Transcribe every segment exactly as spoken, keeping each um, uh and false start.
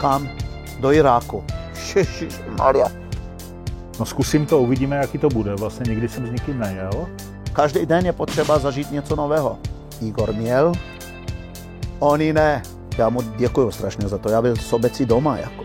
kam? Do Iráku. Ježišmarja. No zkusím to, uvidíme, jaký to bude. Vlastně nikdy jsem s nikým nejel. Každý den je potřeba zažít něco nového. Igor měl, oni ne. Já mu děkuju strašně za to, já byl sobecí doma. Jako.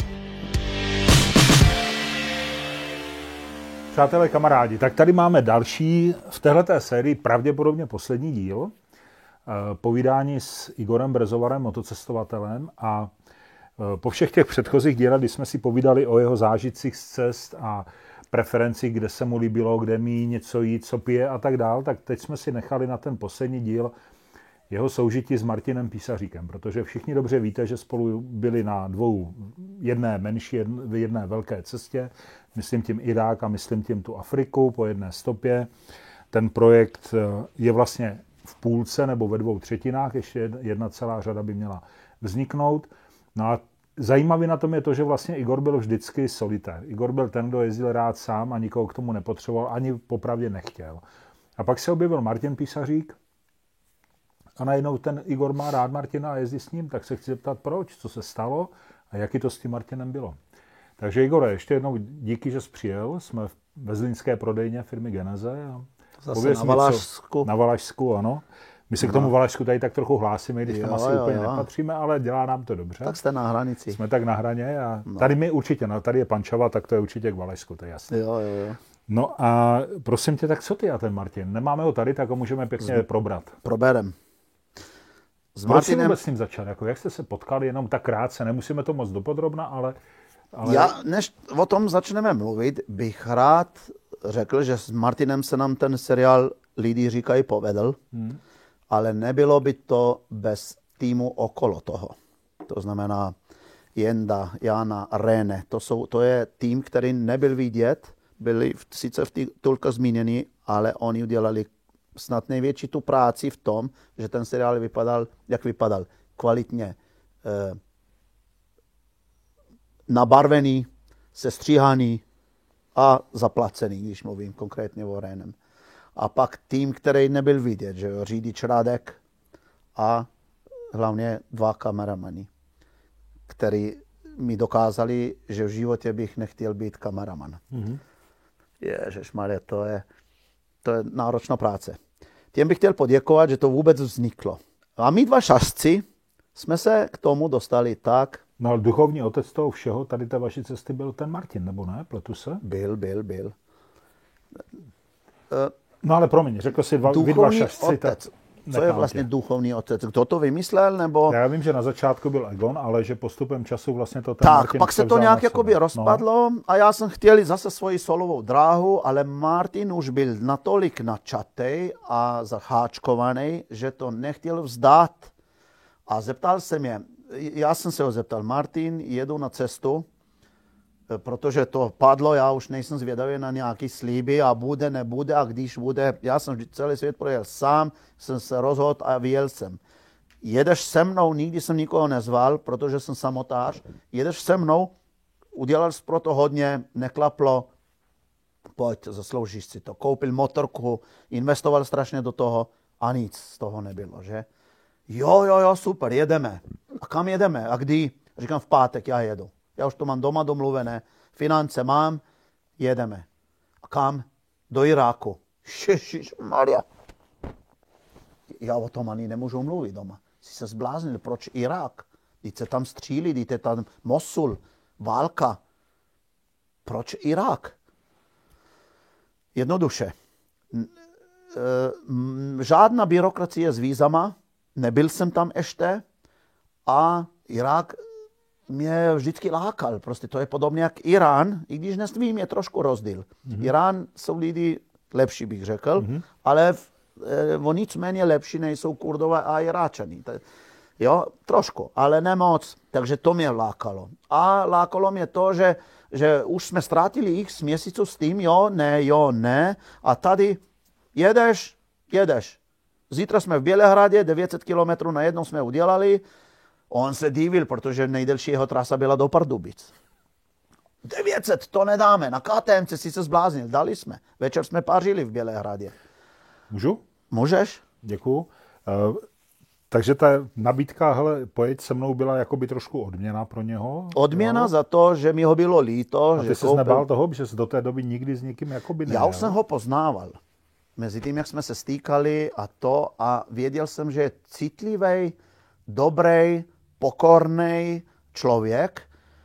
Přátelé, kamarádi, tak tady máme další, v téhleté sérii pravděpodobně poslední díl, povídání s Igorem Brezovarem, motocestovatelem, a po všech těch předchozích dílech, kdy jsme si povídali o jeho zážitcích z cest a preferencích, kde se mu líbilo, kde mí něco jít, co pije a tak dál, tak teď jsme si nechali na ten poslední díl jeho soužití s Martinem Písaříkem, protože všichni dobře víte, že spolu byli na dvou, jedné menší, jedné velké cestě, myslím tím Irák a myslím tím tu Afriku po jedné stopě. Ten projekt je vlastně v půlce nebo ve dvou třetinách, ještě jedna celá řada by měla vzniknout. No a zajímavý na tom je to, že vlastně Igor byl vždycky solitér. Igor byl ten, kdo jezdil rád sám a nikoho k tomu nepotřeboval, ani popravdě nechtěl. A pak se objevil Martin Písařík a najednou ten Igor má rád Martina a jezdí s ním, tak se chci zeptat, proč, co se stalo a jaký to s tím Martinem bylo. Takže Igore, ještě jednou díky, že jsi přijel. Jsme ve zlínské prodejně firmy Geneze. A zase na Valašsku. Na Valašsku, ano. My se no. k tomu Valašsku tady tak trochu hlásíme, když jo, tam asi jo, úplně jo. nepatříme, ale dělá nám to dobře. Tak jste na hranici. Jsme tak na hraně a no. tady my určitě, no, tady je Pančava, tak to je určitě k Valašsku, to je jasné. Jo, jo, jo. No a prosím tě, tak co ty a ten Martin? Nemáme ho tady, tak ho můžeme pěkně Z... probrat. Proberem. S Proč Martinem... jsi vůbec s ním začal? Jako, jak jste se potkali, jenom tak krátce, nemusíme to moc dopodrobna, ale... ale... Já, než o tom začneme mluvit, bych rád řekl, že s Martinem se nám ten seriál lidi říkají povedl, hmm. ale nebylo by to bez týmu okolo toho. To znamená Jenda, Jana, René. To, jsou, to je tým, který nebyl vidět, byli sice v titulkách zmíněni, ale oni udělali snad největší tu práci v tom, že ten seriál vypadal, jak vypadal, kvalitně eh, nabarvený, sestříhaný a zaplacený, když mluvím konkrétně o Renem. A pak tým, který nebyl vidět, že jo, řidič Radek a hlavně dva kameramani, který mi dokázali, že v životě bych nechtěl být kameraman. Mm-hmm. Ježišmarja, to je, to je náročná práce. Těm bych chtěl poděkovat, že to vůbec vzniklo. A my dva šašci jsme se k tomu dostali tak. No ale duchovní otec toho všeho, tady té vaší cesty byl ten Martin, nebo ne? Pletu se? Byl, byl, byl. No ale promiň, řekl jsi dva, vy dva šašci. Otec. Co je vlastně duchovní otec? Kdo to vymyslel, nebo? Já vím, že na začátku byl Egon, ale že postupem času vlastně to ten tak, Martin pak se to nějak jakoby rozpadlo no. A já jsem chtěl zase svoji solovou dráhu, ale Martin už byl natolik načatej a zaháčkovaný, že to nechtěl vzdát. A zeptal jsem je, já jsem se ho zeptal, Martin, jedu na cestu, protože to padlo, já už nejsem zvědavý na nějaký slíby a bude, nebude a když bude, já jsem celý svět projel sám, jsem se rozhodl a vyjel jsem. Jedeš se mnou, nikdy jsem nikoho nezval, protože jsem samotář, jedeš se mnou, udělal jsi pro to hodně, neklaplo, pojď, zasloužíš si to. Koupil motorku, investoval strašně do toho a nic z toho nebylo, že? Jo, jo, jo, super, jedeme. A kam jedeme? A kdy? Říkám, v pátek já jedu. Já už to mám doma domluvené, finance mám, jedeme. A kam? Do Iráku. Ježišmarja. Já o tom ani nemůžu mluvit doma. Jsi se zbláznil, proč Irák? Když se tam střílí, když je tam Mosul, válka. Proč Irák? Jednoduše. Žádná byrokracie s vízama, nebyl jsem tam ještě a Irák mě vždycky lákal. Prostě to je podobně jak Irán, i když nestvím, je trošku rozdíl. Mm-hmm. Irán jsou lidi lepší, bych řekl, mm-hmm. ale e, o nic méně lepší nejsou Kurdové a Iráčani. Jo, trošku, ale ne moc. Takže to mě lákalo. A lákalo mě to, že, že už jsme ztratili x měsíců s tím, jo, ne, jo, ne. A tady jedeš, jedeš. Zítra jsme v Bělehradě, devět set kilometrů na jednou jsme udělali. On se divil, protože nejdelší jeho trasa byla do Pardubic. devět set, to nedáme. Na K T M C si se zbláznil. Dali jsme. Večer jsme pařili v Bělehradě. Můžu? Můžeš? Děkuju. Takže ta nabídka, hele, pojeď se mnou, byla jakoby trošku odměna pro něho? Odměna jo? za to, že mi ho bylo líto. A ty že jsi koupil... nebál toho, že jsi do té doby nikdy s nikým jakoby nejel? Já už jsem ho poznával. Mezi tím, jak jsme se stýkali a to, a věděl jsem, že je citlivý, dobrý, pokorný člověk.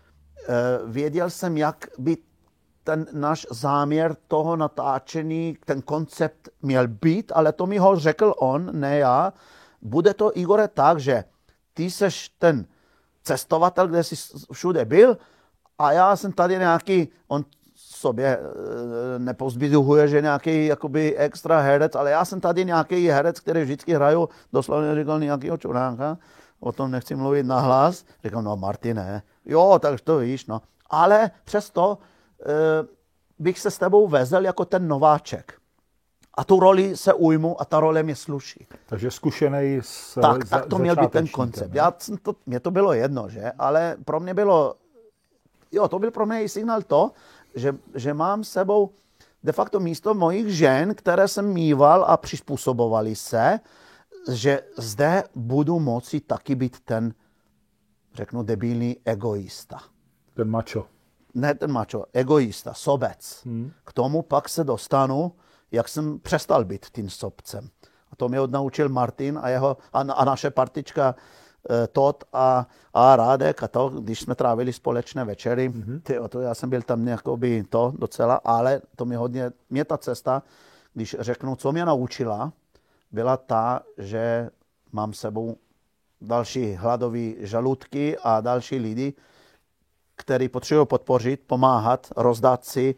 Věděl jsem, jak by ten náš záměr toho natáčení, ten koncept měl být, ale to mi ho řekl on, ne já. Bude to, Igore, tak, že ty seš ten cestovatel, kde jsi všude byl, a já jsem tady nějaký, on sobě nepozbiduhuje, že nějaký jakoby extra herec, ale já jsem tady nějaký herec, který vždycky hraju, doslovně říkal nějakýho čuránka, o tom nechci mluvit nahlas. Říkal, no Martine, jo, takže to víš, no. Ale přesto e, bych se s tebou vezl jako ten nováček. A tu roli se ujmu a ta role mě sluší. Takže zkušenej s Tak, tak to měl být ten koncept. Já jsem to, mě to bylo jedno, že? Ale pro mě bylo, jo, to byl pro mě i signál to, že, že mám s sebou de facto místo mojich žen, které jsem mýval a přizpůsobovali se, že zde budu moci taky být ten, řeknu, debilní egoista. Ten macho. Ne ten macho, egoista, sobec. Hmm. K tomu pak se dostanu, jak jsem přestal být tím sobcem. A to mě odnaučil Martin a, jeho, a, a naše partička e, Todd a, a Rádek a to, když jsme trávili společné večery. Mm-hmm. Tyjo, to já jsem byl tam nějakoby to docela, ale to mě hodně, mě ta cesta, když řeknu, co mě naučila, byla ta, že mám sebou další hladové žaludky a další lidi, který potřebují podpořit, pomáhat, rozdat si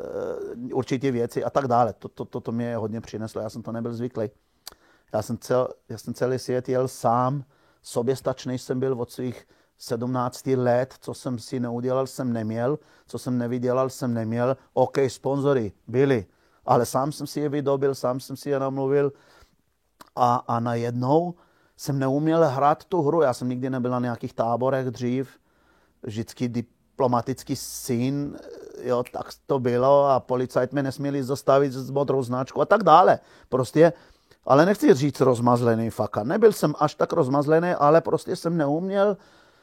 e, určitě věci a tak dále. To, to, to, to mě hodně přineslo, já jsem to nebyl zvyklý. Já jsem, cel, já jsem celý svět jel sám, soběstačný jsem byl od svých sedmnácti let, co jsem si neudělal, jsem neměl, co jsem nevydělal, jsem neměl. OK, sponzory byli, ale sám jsem si je vydobil, sám jsem si je namluvil a, a najednou jsem neuměl hrát tu hru. Já jsem nikdy nebyl na nějakých táborech dřív, vždycky diplomatický syn, jo, tak to bylo a policajt mě nesměli zastavit s modrou značkou a tak dále. Prostě, ale nechci říct rozmazlený faka. Nebyl jsem až tak rozmazlený, ale prostě jsem neuměl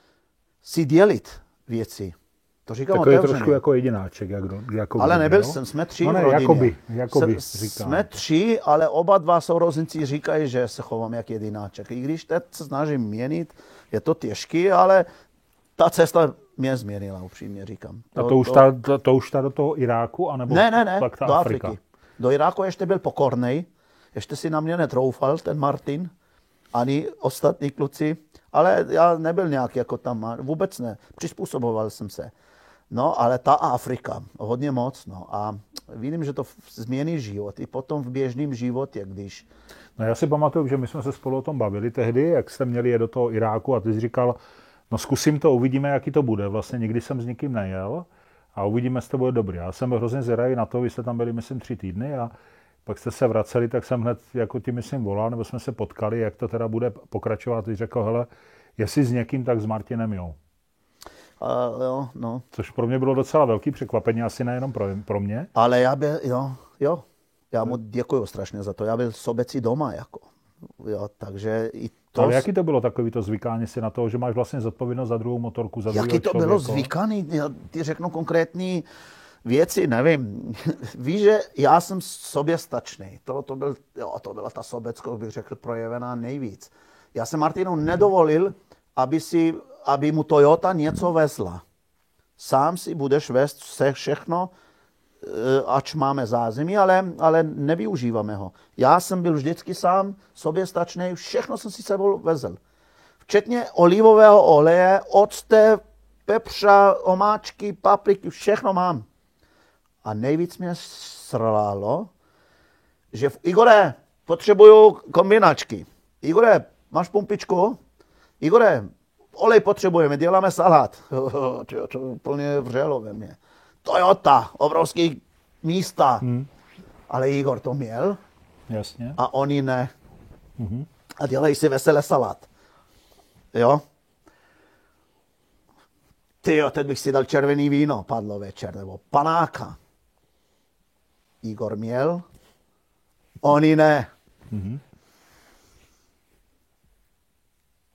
si dělit věci. To říkám takový otevřený. Trošku jako jedináček. Jak, jako ale nebyl jo? jsem, jsme tři no ne, v rodině. Jakoby, jakoby říkám. Jsme tři, ale oba dva sourozenci říkají, že se chovám jak jedináček. I když teď se snažím měnit, je to těžký, ale ta cesta mě změnila, upřímně říkám. To, a to, už ta, to, to už ta do toho Iráku, anebo ne, ne, ne, pak ta do Afrika? Afriky. Do Iráku ještě byl pokornej, ještě si na mě netroufal ten Martin, ani ostatní kluci, ale já nebyl nějak jako tam, vůbec ne, přizpůsoboval jsem se. No, ale ta Afrika, hodně moc, no, a vidím, že to změní život, i potom v běžném životě, když... No já si pamatuju, že my jsme se spolu o tom bavili tehdy, jak jste měli je do toho Iráku a ty jsi říkal, no zkusím to, uvidíme, jaký to bude. Vlastně nikdy jsem s nikým nejel a uvidíme, jestli to bude dobrý. Já jsem hrozně zvědavý na to, vy jste tam byli, myslím, tři týdny a pak jste se vraceli, tak jsem hned jako ti, myslím, volal, nebo jsme se potkali, jak to teda bude pokračovat. Ty řekl, hele, jestli s někým, tak s Martinem, jo. Uh, jo, no. Což pro mě bylo docela velký překvapení, asi nejenom pro, pro mě. Ale já byl, jo, jo, já mu děkuju strašně za to. Já byl sobecí doma, jako. Jo, takže i to... Ale jaký to bylo takový to zvykání si na to, že máš vlastně zodpovědnost za druhou motorku, za druhého Jaký to člověka? bylo zvykaný? Já ti řeknu konkrétní věci, nevím. Víš, že já jsem soběstačný. To, to, byl, jo, to byla ta sobeckost, bych řekl, projevená nejvíc. Já jsem Martinu nedovolil, aby, si, aby mu Toyota něco vezla. Sám si budeš vést se všechno, ač máme zázemí, ale, ale nevyužíváme ho. Já jsem byl vždycky sám, soběstačný, všechno jsem si sebou vezl. Včetně olivového oleje, octe, pepřa, omáčky, papriky, všechno mám. A nejvíc mě sralo, že v Igore potřebuju kombinačky. Igore, máš pumpičku? Igore, olej potřebujeme, děláme salát. To úplně vřelo ve mně. Toyota, obrovský místa. Hmm. Ale Igor to měl. Jasně. A oni ne. Hmm. A dělají si veselé salát. Jo? Tyjo, teď bych si dal červený víno, padlo večer, nebo panáka. Igor měl, oni ne. Hmm.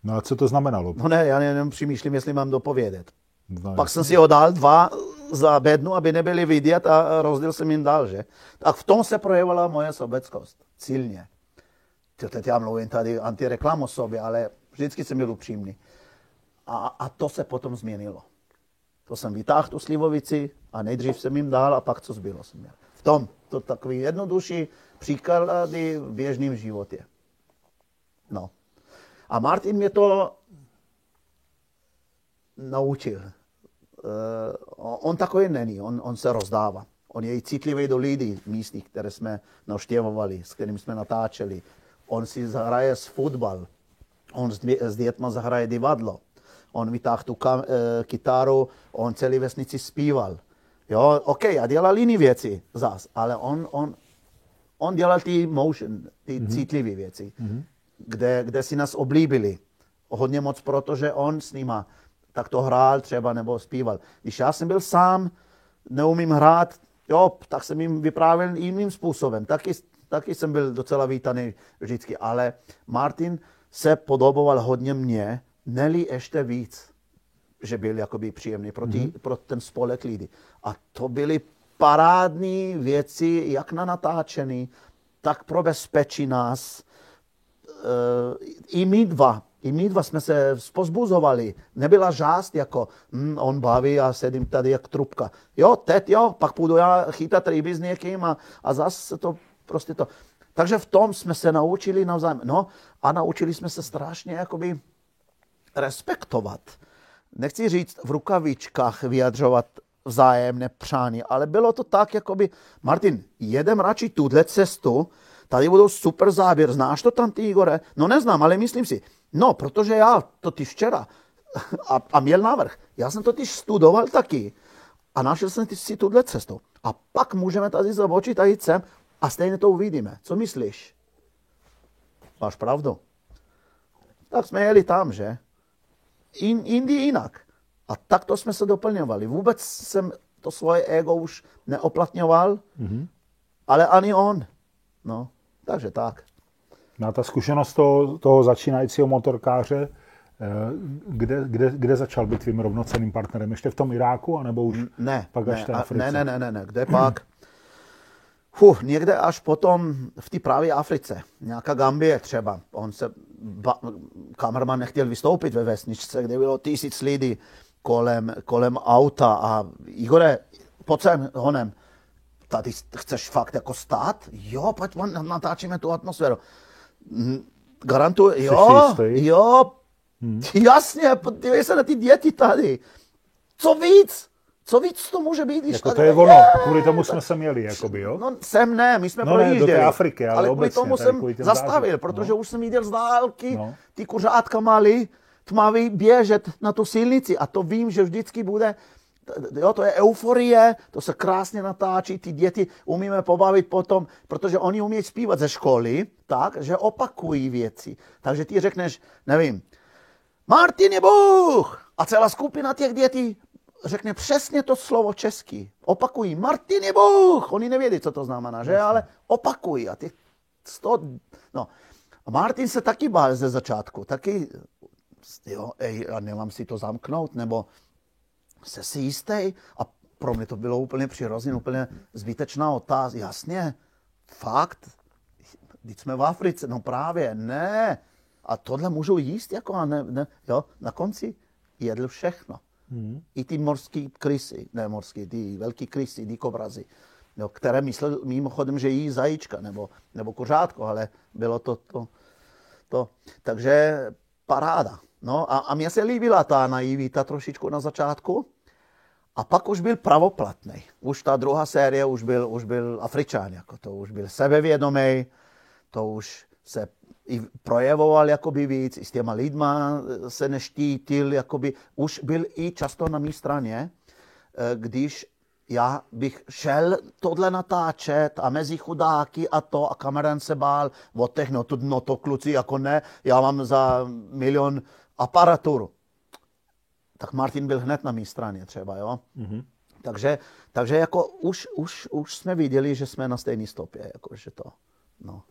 No a co to znamenalo? No ne, já jenom přemýšlím, jestli mám dopovědět. No, Pak jsem si ho dal dva za bednu, aby nebyli vidět a rozdělil jsem jim dál, že? Tak v tom se projevovala moje sobeckost. Silně. Teď já mluvím tady antireklam o sobě, ale vždycky jsem byl upřímný. A, a to se potom změnilo. To jsem vytáhl tu slivovici a nejdřív jsem jim dal a pak co zbylo jsem měl. V tom, to takový jednodušší příklady v běžném životě. No. A Martin mě to naučil. Uh, on takový není, on, on se rozdává. On je i citlivý do lidí místních, které jsme navštěvovali, s kterými jsme natáčeli. On si zahraje s fotbal, on s, dvě, s dětma zahraje divadlo. On vytáhl tu kam, uh, kytaru, on celý vesnici zpíval. Jo, OK, a dělal jiné věci zas, ale on, on, on dělal ty motion, ty mm-hmm. citlivé věci, mm-hmm. kde, kde si nás oblíbili. Hodně moc, protože on s nima tak to hrál třeba nebo zpíval. Když já jsem byl sám, neumím hrát, jo, tak jsem jim vyprávěl jiným způsobem. Taky, taky jsem byl docela vítaný vždycky, ale Martin se podoboval hodně mně, neli ještě víc, že byl jakoby příjemný pro, tý, mm-hmm. pro ten spolek lidí. A to byly parádní věci, jak na natáčený, tak pro bezpečí nás. E, I my dva. I my dva jsme se pozbuzovali. Nebyla žást jako hm, on baví a sedím tady jak trubka. Jo, teď jo, pak půjdu já chytat ryby s někým a, a zase to prostě to. Takže v tom jsme se naučili navzájem. No a naučili jsme se strašně jakoby respektovat. Nechci říct v rukavičkách vyjadřovat vzájemné přání, ale bylo to tak, jakoby Martin, jedem radši tuhle cestu, tady budou super záběr, znáš to tam ty, Igore? No neznám, ale myslím si, no, protože já totiž včera a, a měl návrh, já jsem totiž studoval taky a našel jsem si tuhle cestu. A pak můžeme tady zabočit a jít sem a stejně to uvidíme. Co myslíš? Máš pravdu. Tak jsme jeli tam, že? In, jindy jinak. A takto jsme se doplňovali. Vůbec jsem to svoje ego už neoplatňoval, mm-hmm. ale ani on. No, takže tak. No a ta zkušenost toho, toho začínajícího motorkáře, kde, kde, kde začal být tvým rovnocenným partnerem? Ještě v tom Iráku, anebo už ne, pak ne, až v té Africe? Ne, ne, ne, ne, ne, kde pak? Fuh, někde až potom v té právě Africe, nějaká Gambie třeba. On se, ba, kamerman nechtěl vystoupit ve vesničce, kde bylo tisíc lidí kolem, kolem auta a Igore, pojď sem honem, tady chceš fakt jako stát? Jo, pojď, natáčíme tu atmosféru. Garantuji, jo, jo, hmm. jasně, podívej se na ty děti tady. Co víc? Co víc to může být? Když jako to je ono, kvůli tomu jsme se měli, jakoby, jo? No sem ne, my jsme no, projížděli. Ne, do té Afriky, ale, ale obecně, kvůli tomu jsem zastavil, zážit. Protože no. už jsem viděl z dálky, no. ty kuřátka mali tmavý běžet na tu silnici a to vím, že vždycky bude, jo, to je euforie, to se krásně natáčí, ty děti umíme pobavit potom, protože oni umějí zpívat ze školy, tak, že opakují věci. Takže ty řekneš, nevím, Martin je Bůh! A celá skupina těch dětí řekne přesně to slovo česky. Opakují, Martin je Bůh! Oni nevědí, co to znamená, že? Ale opakují. A ty sto... No. A Martin se taky bál ze začátku. Taky, jo, ej, a nemám si to zamknout, nebo se si jistý? A pro mě to bylo úplně přirozené, úplně zbytečná otázka. Jasně, fakt, teď jsme v Africe, no právě, ne. A tohle můžu jíst, jako a ne, ne, jo, na konci jedl všechno. Hmm. I ty morský krysy, ne morský, ty velký krysy, dikobrazy, jo, které myslel mimochodem, že jí zajíčka nebo, nebo kuřátko, ale bylo to, to, to. Takže paráda. No a, a mně se líbila ta naivita trošičku na začátku a pak už byl pravoplatný. Už ta druhá série už byl, už byl Afričan, jako to už byl sebevědomý, to už se i projevoval jakoby víc, i s těma lidma se neštítil, jakoby už byl i často na mé straně, když já bych šel tohle natáčet a mezi chudáky a to a kamerán se bál od těch, no to, no to kluci, jako ne, já mám za milion aparaturu. Tak Martin byl hned na mé straně třeba, jo. Mm-hmm. Takže, takže jako už, už, už jsme viděli, že jsme na stejné stopě, jakože to, no.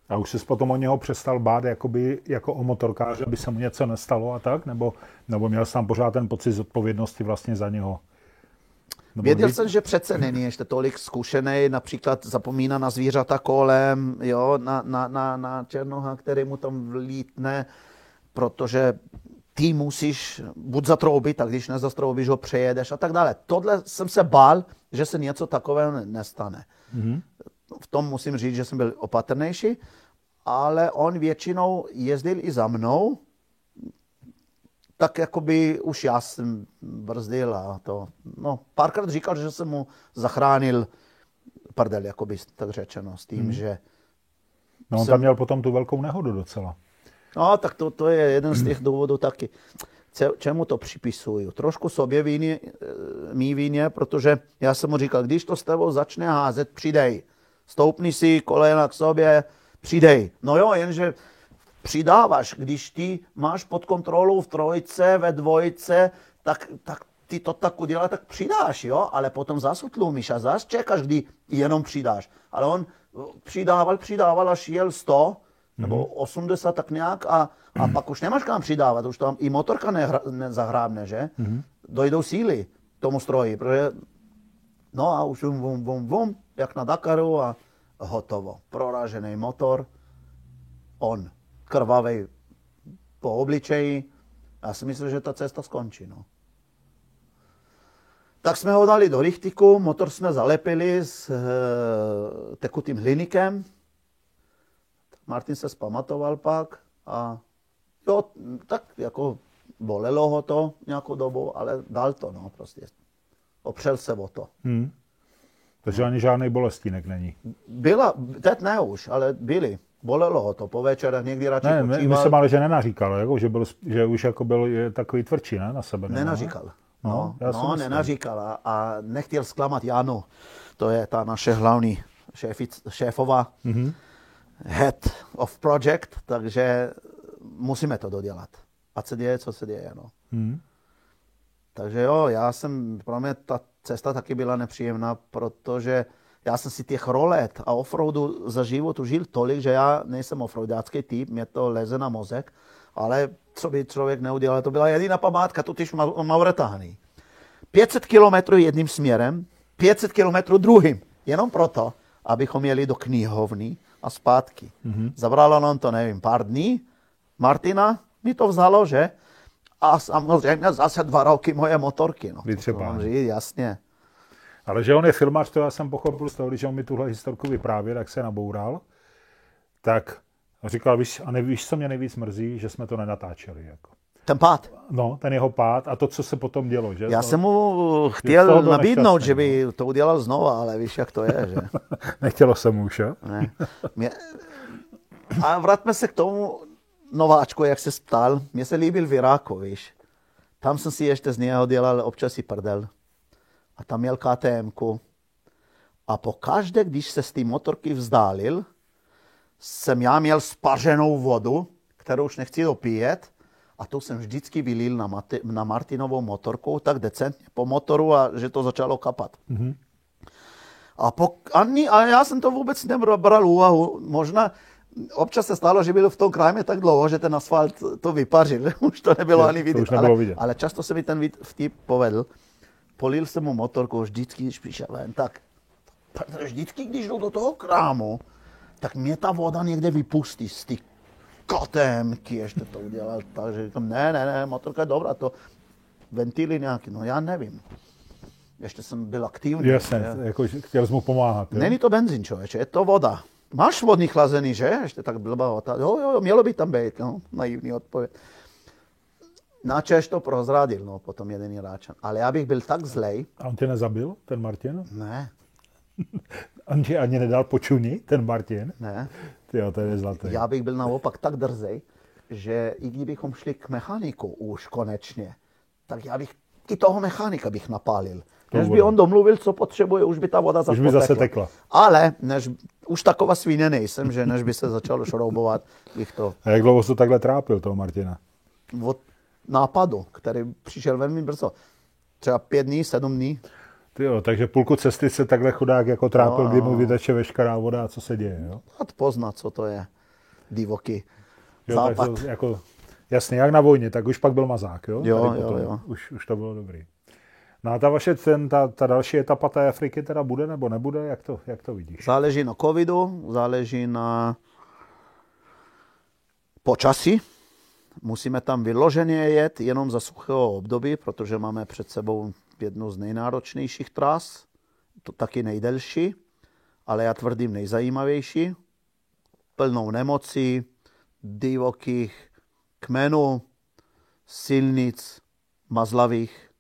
A už jsi potom o něho přestal bát jakoby, jako o motorkáře, aby se mu něco nestalo a tak? Nebo, nebo měl jsi tam pořád ten pocit zodpovědnosti vlastně za něho? Nebo Věděl víc? jsem, že přece není ještě tolik zkušený, například zapomíná na zvířata kolem, jo, na, na, na, na černoha, který mu tam vlítne, protože ty musíš buď zatroubit, a když nezastroubíš, ho přejedeš a tak dále. Tohle jsem se bál, že se něco takového nestane. Mm-hmm. V tom musím říct, že jsem byl opatrnější, ale on většinou jezdil i za mnou, tak jakoby už já jsem brzdil a to. No, párkrát říkal, že jsem mu zachránil prdel, jakoby tak řečeno, s tím, hmm. že... No on jsem... tam měl potom tu velkou nehodu docela. No, tak to, to je jeden z těch důvodů taky. Čemu to připisuju? Trošku sobě víně, mý víně, protože já jsem mu říkal, když to s tebou začne házet, přidej. Stoupni si kolena k sobě, přidej. No jo, jenže přidáváš, když ty máš pod kontrolou v trojce, ve dvojce, tak, tak ty to tak udělá, tak přidáš, jo, ale potom zase utlumíš a zase čekáš, kdy jenom přidáš. Ale on přidával, přidával, až jel sto, mm-hmm. nebo osmdesát tak nějak a, a mm-hmm. pak už nemáš kam přidávat, už tam i motorka nehra, nezahrábne, že? Mm-hmm. Dojdou síly tomu stroji, protože no a už vum, vum, vum, vum, jak na Dakaru a hotovo. Proražený motor, on. Krvavej po obličeji. Já si myslím, že ta cesta skončí. No. Tak jsme ho dali do richtiku, motor jsme zalepili s e, tekutým hliníkem. Martin se zpamatoval pak a jo, tak jako bolelo ho to nějakou dobu, ale dal to, no prostě. Opřel se o to. Hmm. Takže ani žádný bolestínek není. Byla, teď ne už, ale byly. Bolelo ho to po večerech, někdy radši ne, počíval. Ne, myslím ale, že nenaříkal, jako, že, byl, že už jako byl takový tvrdší, ne, na sebe. Nenaříkal. Ne? No, no, no nenaříkal a, a nechtěl zklamat Janu. To je ta naše hlavní šéfic, šéfová mm-hmm. head of project, takže musíme to dodělat. Ať se děje, co se děje, no. Mm. Takže jo, já jsem, pro mě ta cesta taky byla nepříjemná, protože já jsem si těch rolet a offroadu za život užil tolik, že já nejsem offroadácký typ, mě to leze na mozek, ale co by člověk neudělal, to byla jediná památka, totiž v Mauretánii. pět set kilometrů jedním směrem, pět set kilometrů druhým, jenom proto, abychom jeli do knihovny a zpátky. Mm-hmm. Zabralo nám to, nevím, pár dní, Martina mi to vzalo, že? A samozřejmě zase dva roky moje motorky, no. To mám říct, jasně. Ale že on je filmař, to já jsem pochopil z toho, když on mi tuhle historku vyprávěl, jak se naboural, tak říkal, víš, a nevíš, co mě nejvíc mrzí, že jsme to nenatáčeli. Jako. Ten pád? No, ten jeho pád a to, co se potom dělo. Že? Já to, jsem mu chtěl nabídnout, že by to udělal znova, ale víš, jak to je, že? Nechtělo se mu už, jo? Ne. Mě... A vraťme se k tomu nováčku, jak se ptal. Mně se líbil v Iráku, víš. Tam jsem si ještě z něho dělal občas i prdel. A tam měl ká té emku. A pokaždé, když se z té motorky vzdálil, jsem já měl spařenou vodu, kterou už nechci dopíjet, a to jsem vždycky vylil na, Mati, na Martinovou motorku, tak decentně po motoru, a že to začalo kapat. Mm-hmm. A, po, ani, a já jsem to vůbec nebral úvahu. Možná občas se stalo, že byl v tom krámě tak dlouho, že ten asfalt to vypařil. Už to nebylo je, ani vidět. Ale, vidět. Ale často se mi ten vtip povedl. Polil jsem mu motorku vždycky, když přišel ven, tak vždycky, když jdu do toho krámu, tak mě ta voda někde vypustí z ty kotémky, ještě to udělal tak, že říkám, ne, ne, ne, motorka je dobrá, to ventily nějaký, no já nevím. Ještě jsem byl aktivní. Jasně, jako chtěl jsi mu pomáhat. Jo? Není to benzín, člověče, je to voda. Máš vodní chlazený, že? Ještě tak blbá otázka. Jo, jo, mělo by tam být, no, naivní odpověď. Načež to prozradil, no, potom jeden Iráčan. Ale já bych byl tak zlej. A on tě nezabil, ten Martin? Ne. On ti ani nedal počuní, ten Martin? Ne. Jo, to je zlatý. Já bych byl naopak tak drzej, že i kdybychom šli k mechaniku už konečně, tak já bych i toho mechanika bych napálil. Než by on domluvil, co potřebuje, už by ta voda zase Už by zase tekla. Ale než, už taková svíně nejsem, že než by se začalo šroubovat, bych to... A jak dlouho jsi to takhle trápil, toho Martina? Od nápadu, který přišel velmi brzo. Třeba pět dní, sedm dní. Tyjo, takže půlku cesty se takhle chudák jako trápil, no, kdy mu vyteče veškerá voda a co se děje, jo? A poznat, co to je. divoký jo, západ. To, jako, jasně, jak na vojně, tak už pak byl mazák, jo? Jo, Tady jo, potom, jo. Už, už to bylo dobrý. No a ta vaše, ten, ta, ta další etapa té Afriky teda bude nebo nebude? Jak to, jak to vidíš? Záleží na covidu, záleží na počasí. Musíme tam vyloženě jet jenom za suchého období, protože máme před sebou jednu z nejnáročnějších tras, to taky nejdelší, ale já tvrdím nejzajímavější. Plnou nemocí, divokých kmenů, silnic, mazlavých,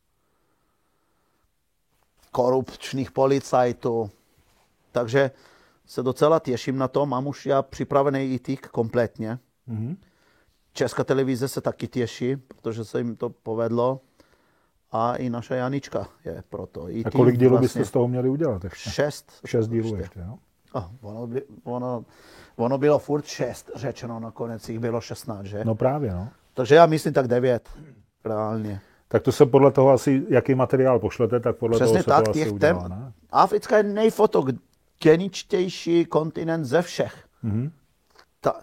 korupčních policajtů. Takže se docela těším na to, mám už já připravený i týk kompletně. Mm-hmm. Česká televize se taky těší, protože se jim to povedlo. A i naša Janička je proto. I a kolik dílů vlastně byste z toho měli udělat ještě? Šest. Šest dílů ještě, ještě jo? Oh, ono, by, ono, ono bylo furt šest řečeno, nakonec jich bylo šestnáct, že? No právě, no. Takže já myslím tak devět, reálně. Tak to se podle toho asi, jaký materiál pošlete, tak podle Přesně toho se tak, to asi těch udělá, tem... ne? Afrika je nejfotogeničtější kontinent ze všech. Mm-hmm. Ta...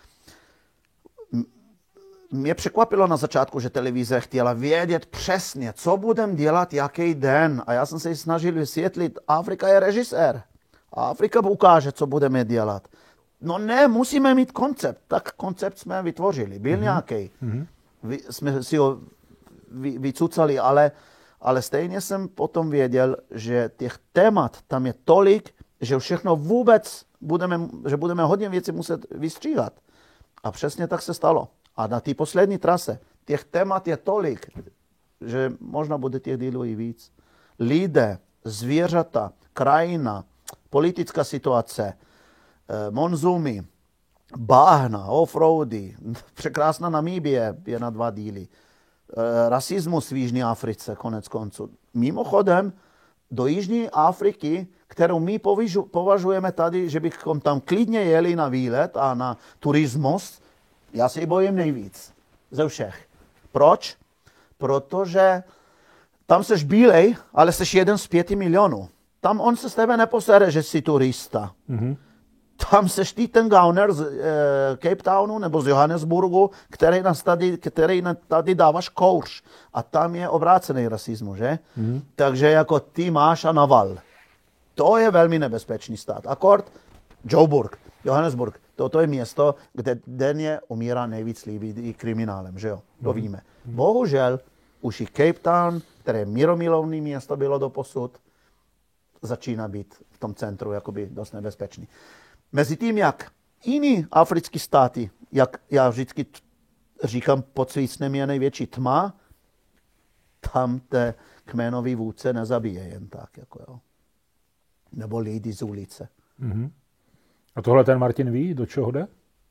Mě překvapilo na začátku, že televize chtěla vědět přesně, co budeme dělat, jaký den. A já jsem se snažil vysvětlit, Afrika je režisér. Afrika ukáže, co budeme dělat. No ne, musíme mít koncept. Tak koncept jsme vytvořili. Byl mm-hmm. nějaký. Mm-hmm. Vy, jsme si ho vy, vycucali, ale, ale stejně jsem potom věděl, že těch témat tam je tolik, že všechno vůbec budeme, že budeme hodně věcí muset vystříhat. A přesně tak se stalo. A na té poslední trase těch témat je tolik, že možná bude těch dílů i víc. Lidé, zvířata, krajina, politická situace, monzumy, báhna, offroady, překrásná Namíbie je na dva díly, rasismus v Jižní Africe, konec konců. Mimochodem, do Jižní Afriky, kterou my považujeme tady, že bychom tam klidně jeli na výlet a na turismus, já se ji bojím nejvíc ze všech. Proč? Protože tam seš bílej, ale seš jeden z pěti milionů. Tam on se s tebe neposere, že jsi turista. Mm-hmm. Tam seš ty ten gauner z e, Cape Townu nebo z Johannesburgu, který, nás tady, který tady dáváš kouř. A tam je obrácený rasismus, že? Mm-hmm. Takže jako ty máš a naval. To je velmi nebezpečný stát. Akord Joburg, Johannesburg. Toto je město, kde denně umírá nejvíc lidí kriminálem, že jo? To mm-hmm. víme. Bohužel už i Cape Town, které je míromilovné město bylo doposud, začíná být v tom centru jakoby dost nebezpečný. Mezi tím, jak jiný africké státy, jak já vždycky říkám, pod svícnem je největší tma, tam te kmenový vůdce nezabije jen tak, jako jo. Nebo lidi z ulice. Mm-hmm. A tohle ten Martin ví, do čeho jde?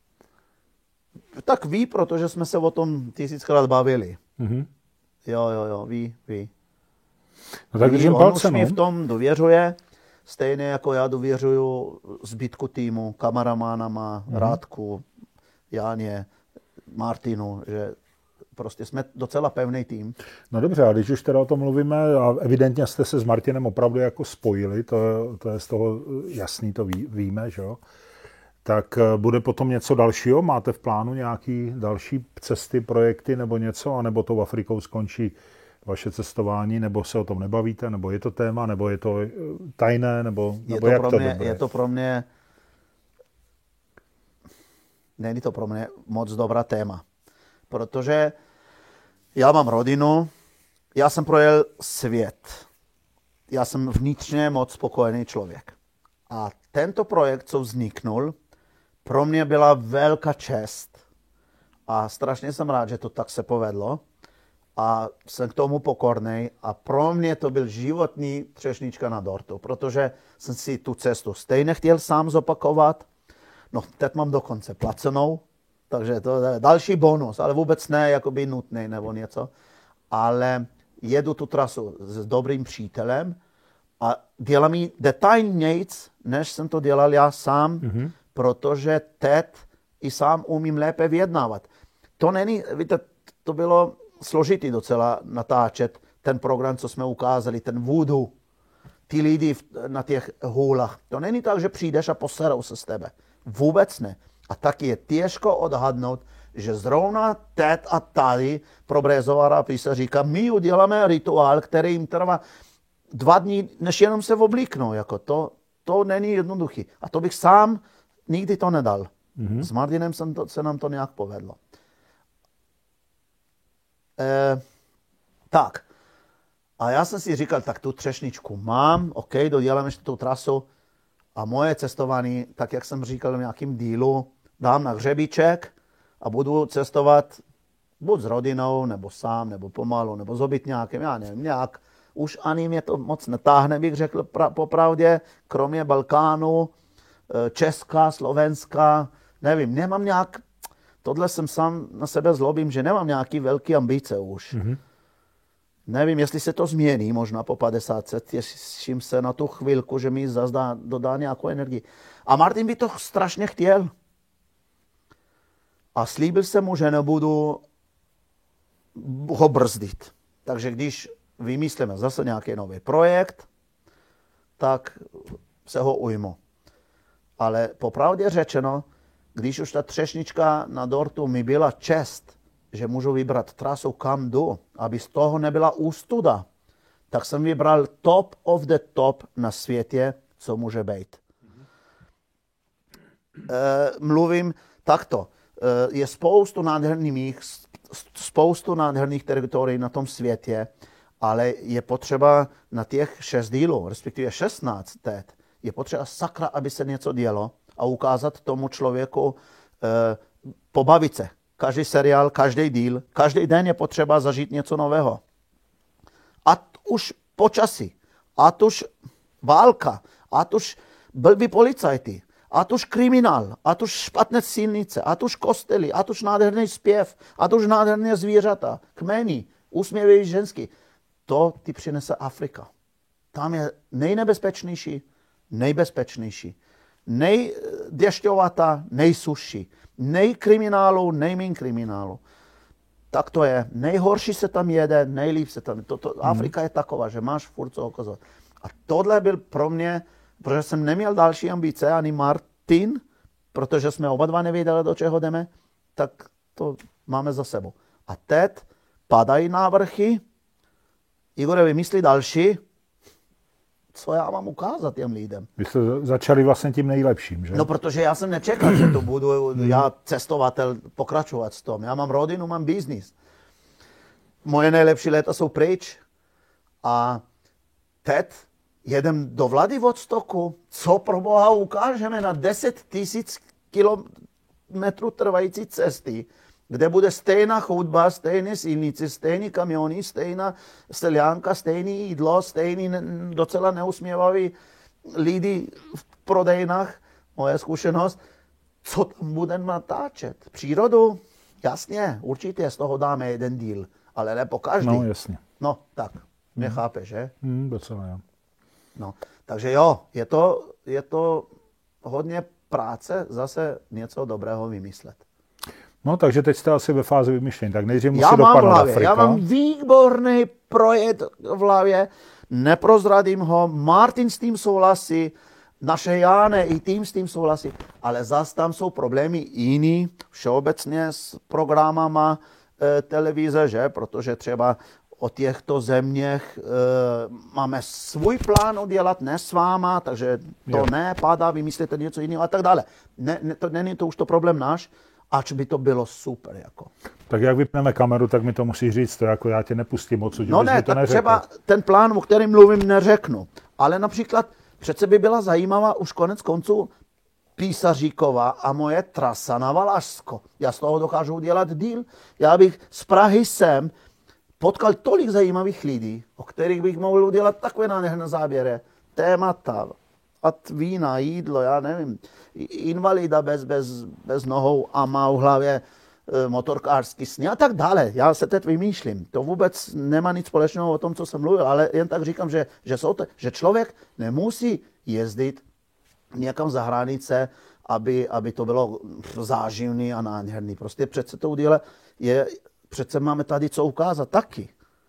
Tak ví, protože jsme se o tom tisíckrát bavili. Mm-hmm. Jo, jo, jo, ví, ví. No tak držím on palce, už mi no. v tom důvěřuje, stejně jako já důvěřuju zbytku týmu, kameramánama, mm-hmm. Rádku, Jáně, Martinu, že prostě jsme docela pevný tým. No dobře, a když už teda o tom mluvíme, a evidentně jste se s Martinem opravdu jako spojili, to, to je z toho jasný, to ví, víme, že jo? Tak bude potom něco dalšího? Máte v plánu nějaký další cesty, projekty nebo něco, anebo tou Afrikou skončí vaše cestování, nebo se o tom nebavíte, nebo je to téma, nebo je to tajné, nebo, je nebo to jak pro to mě, dobré? Je to pro mě, není to pro mě moc dobrá téma, protože já mám rodinu, já jsem projel svět, já jsem vnitřně moc spokojený člověk. A tento projekt, co vzniknul, pro mě byla velká čest a strašně jsem rád, že to tak se povedlo. A jsem k tomu pokornej a pro mě to byl životní třešnička na dortu, protože jsem si tu cestu stejně chtěl sám zopakovat. No, teď mám dokonce placenou, takže to je další bonus, ale vůbec ne jakoby nutný nebo něco. Ale jedu tu trasu s dobrým přítelem a dělám ji detailnějc, než jsem to dělal já sám, mm-hmm. protože teď i sám umím lépe vyjednávat. To není, víte, to bylo složitý docela natáčet ten program, co jsme ukázali, ten voodoo, ty lidi na těch hůlách. To není tak, že přijdeš a poserou se z tebe. Vůbec ne. A taky je těžko odhadnout, že zrovna teď a tady pro Brezovara písař říká, my uděláme rituál, který jim trvá dva dny, než jenom se oblíknou. Jako to, to není jednoduchý. A to bych sám nikdy to nedal. Mm-hmm. S Martinem jsem to, se nám to nějak povedlo. E, tak. A já jsem si říkal, tak tu třešničku mám, OK, dodělám ještě tu trasu a moje cestování, tak jak jsem říkal v nějakým dílu, dám na hřebíček a budu cestovat buď s rodinou, nebo sám, nebo pomalu, nebo s obytňákem, já nevím, nějak. Už ani mě to moc netáhne, bych řekl pra, popravdě, kromě Balkánu, Česka, Slovenska, nevím, nemám nějak, tohle jsem sám na sebe zlobím, že nemám nějaký velký ambice už. Mm-hmm. Nevím, jestli se to změní, možná po padesátce, těším se na tu chvilku, že mi zase dodá nějakou energii. A Martin by to strašně chtěl. A slíbil jsem mu, že nebudu ho brzdit. Takže když vymyslíme zase nějaký nový projekt, tak se ho ujmu. Ale popravdě řečeno, když už ta třešnička na dortu mi byla čest, že můžu vybrat trasu, kam jdu, aby z toho nebyla ústuda, tak jsem vybral top of the top na světě, co může být. Mm-hmm. E, mluvím takto. E, je spoustu nádherných, spoustu nádherných teritorií na tom světě, ale je potřeba na těch šest dílů, respektive šestnáct teď, je potřeba sakra, aby se něco dělo a ukázat tomu člověku, e, pobavit se. Každý seriál, každý díl, každý den je potřeba zažít něco nového. A už počasí, a už válka, a už blbý policajti, a už kriminál, a už špatné silnice, a už kostely, a už nádherný zpěv, a už nádherné zvířata, kmeny, úsměvy ženský. To ti přinese Afrika. Tam je nejnebezpečnější, nejbezpečnější, nejdešťovatá, nejsuší, nejkriminálu, nejméně kriminálu. Tak to je. Nejhorší se tam jede, nejlíp se tam. To, to, hmm. Afrika je taková, že máš furt co ukazovat. A tohle byl pro mě, protože jsem neměl další ambice, ani Martin, protože jsme oba dva nevěděli, do čeho jdeme, tak to máme za sebou. A teď padají návrhy, Igore, vymyslí další, co já mám ukázat těm lidem. Vy jste začali vlastně tím nejlepším, že? No, protože já jsem nečekal, že to budu já cestovatel pokračovat s tom. Já mám rodinu, mám biznis. Moje nejlepší léta jsou pryč. A teď jedem do Vladivostoku. Co pro Boha ukážeme na deset tisíc kilometrů trvající cesty, kde bude stejná chodba, stejné silnice, stejný kamiony, stejná stelянka, stejné jídlo, stejný docela neusměvavý lidi v prodejnách, moje zkušenost, co tam budeme natáčet? Přírodu? Jasně, určitě z toho dáme jeden díl, ale ne po každý. No, jasně. No, tak, mě hmm. chápe, že? Hmm, docela, jo. No, takže jo, je to, je to hodně práce zase něco dobrého vymyslet. No, takže teď jste asi ve fázi vymyšlení. Tak nejdřív musí já dopadnout mám v hlavě, Afrika. Já mám výborný projekt v hlavě, neprozradím ho, Martin s tím souhlasí, naše Jáne i tým s tím souhlasí, ale zase tam jsou problémy jiný, všeobecně s programama e, televize, že? Protože třeba o těchto zeměch e, máme svůj plán udělat, ne s váma, takže to jo. nepadá, vymyslíte něco jiného a tak dále. Ne, ne, to, není to už to problém náš, ač by to bylo super. Jako. Tak jak vypneme kameru, tak mi to musí říct, to jako já tě nepustím odsud, no ne, to tak neřekl. Třeba ten plán, o kterém mluvím, neřeknu. Ale například přece by byla zajímavá už konec konců Písaříková a moje trasa na Valašsko. Já z toho dokážu udělat díl. Já bych z Prahy sem potkal tolik zajímavých lidí, o kterých bych mohl udělat takové nádherné záběry. Témata, od vína, jídlo, já nevím, invalida bez, bez, bez nohou a má v hlavě e, motorkářský sny a tak dále. Já se teď vymýšlím. To vůbec nemá nic společného o tom, co jsem mluvil, ale jen tak říkám, že, že, jsou to, že člověk nemusí jezdit někam za hranice, aby, aby to bylo záživný a nádherný. Prostě přece to udělat je, přece máme tady co ukázat taky.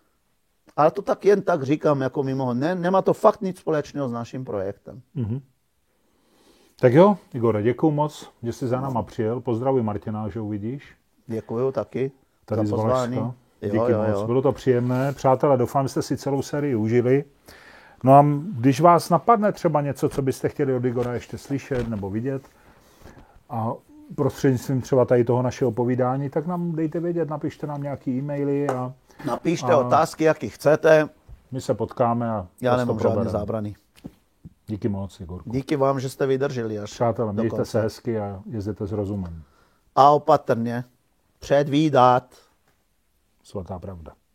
Ale to tak jen tak říkám, jako mimo. Ne, nemá to fakt nic společného s naším projektem. Mm-hmm. Tak jo, Igore, děkuju moc, že jsi za náma přijel. Pozdravuj Martina, že uvidíš. Děkuju taky Tady za pozvání. Jo, díky jo, moc, jo. bylo to příjemné. Přátelé, doufám, že jste si celou sérii užili. No a když vás napadne třeba něco, co byste chtěli od Igora ještě slyšet nebo vidět, a prostřednictvím třeba tady toho našeho povídání, tak nám dejte vědět, napište nám nějaký e-maily a Napište a otázky, jaký chcete. my se potkáme a Já nemám žádné probereme. zábrany. Díky moc, Igorku. Díky vám, že jste vydrželi až Přátelé, do mějte konce. se hezky a jezděte s rozumem. A opatrně. Předvídat. Svatá pravda.